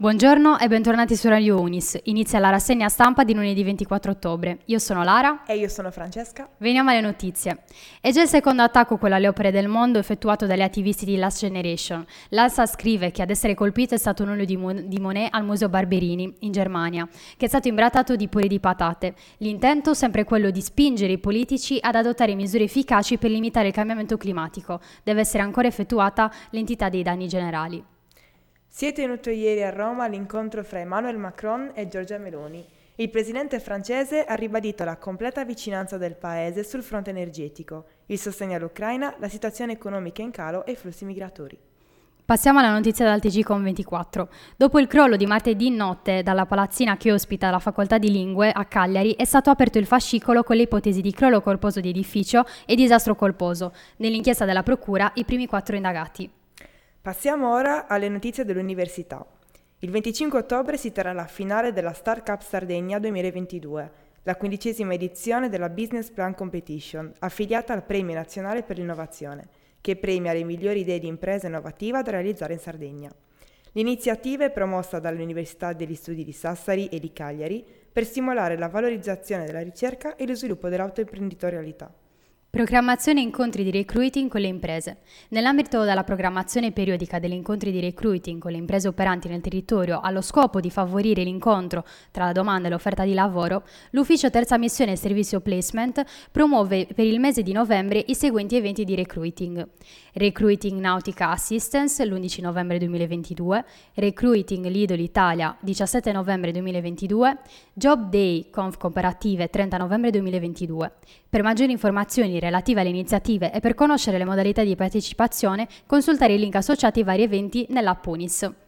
Buongiorno e bentornati su Radio Unis. Inizia la rassegna stampa di lunedì 24 ottobre. Io sono Lara. E io sono Francesca. Veniamo alle notizie. È già il secondo attacco, quello alle opere del mondo, effettuato dagli attivisti di Last Generation. L'Alsa scrive che ad essere colpito è stato un olio di Monet al Museo Barberini, in Germania, che è stato imbrattato di puri di patate. L'intento sempre quello di spingere i politici ad adottare misure efficaci per limitare il cambiamento climatico. Deve essere ancora effettuata l'entità dei danni generali. Si è tenuto ieri a Roma l'incontro fra Emmanuel Macron e Giorgia Meloni. Il presidente francese ha ribadito la completa vicinanza del paese sul fronte energetico, il sostegno all'Ucraina, la situazione economica in calo e i flussi migratori. Passiamo alla notizia dal TG24. Dopo il crollo di martedì notte dalla palazzina che ospita la facoltà di lingue a Cagliari, è stato aperto il fascicolo con le ipotesi di crollo colposo di edificio e disastro colposo. Nell'inchiesta della procura, i primi 4 indagati. Passiamo ora alle notizie dell'università. Il 25 ottobre si terrà la finale della Star Cup Sardegna 2022, la 15ª edizione della Business Plan Competition, affiliata al Premio Nazionale per l'Innovazione, che premia le migliori idee di impresa innovativa da realizzare in Sardegna. L'iniziativa è promossa dall'Università degli Studi di Sassari e di Cagliari per stimolare la valorizzazione della ricerca e lo sviluppo dell'autoimprenditorialità. Programmazione e incontri di recruiting con le imprese. Nell'ambito della programmazione periodica degli incontri di recruiting con le imprese operanti nel territorio allo scopo di favorire l'incontro tra la domanda e l'offerta di lavoro, l'Ufficio Terza Missione e Servizio Placement promuove per il mese di novembre i seguenti eventi di recruiting. Recruiting Nautica Assistance l'11 novembre 2022, Recruiting Lidl Italia 17 novembre 2022, Job Day Conf Comparative 30 novembre 2022. Per maggiori informazioni relative alle iniziative e per conoscere le modalità di partecipazione, consultare i link associati ai vari eventi nell'app Unis.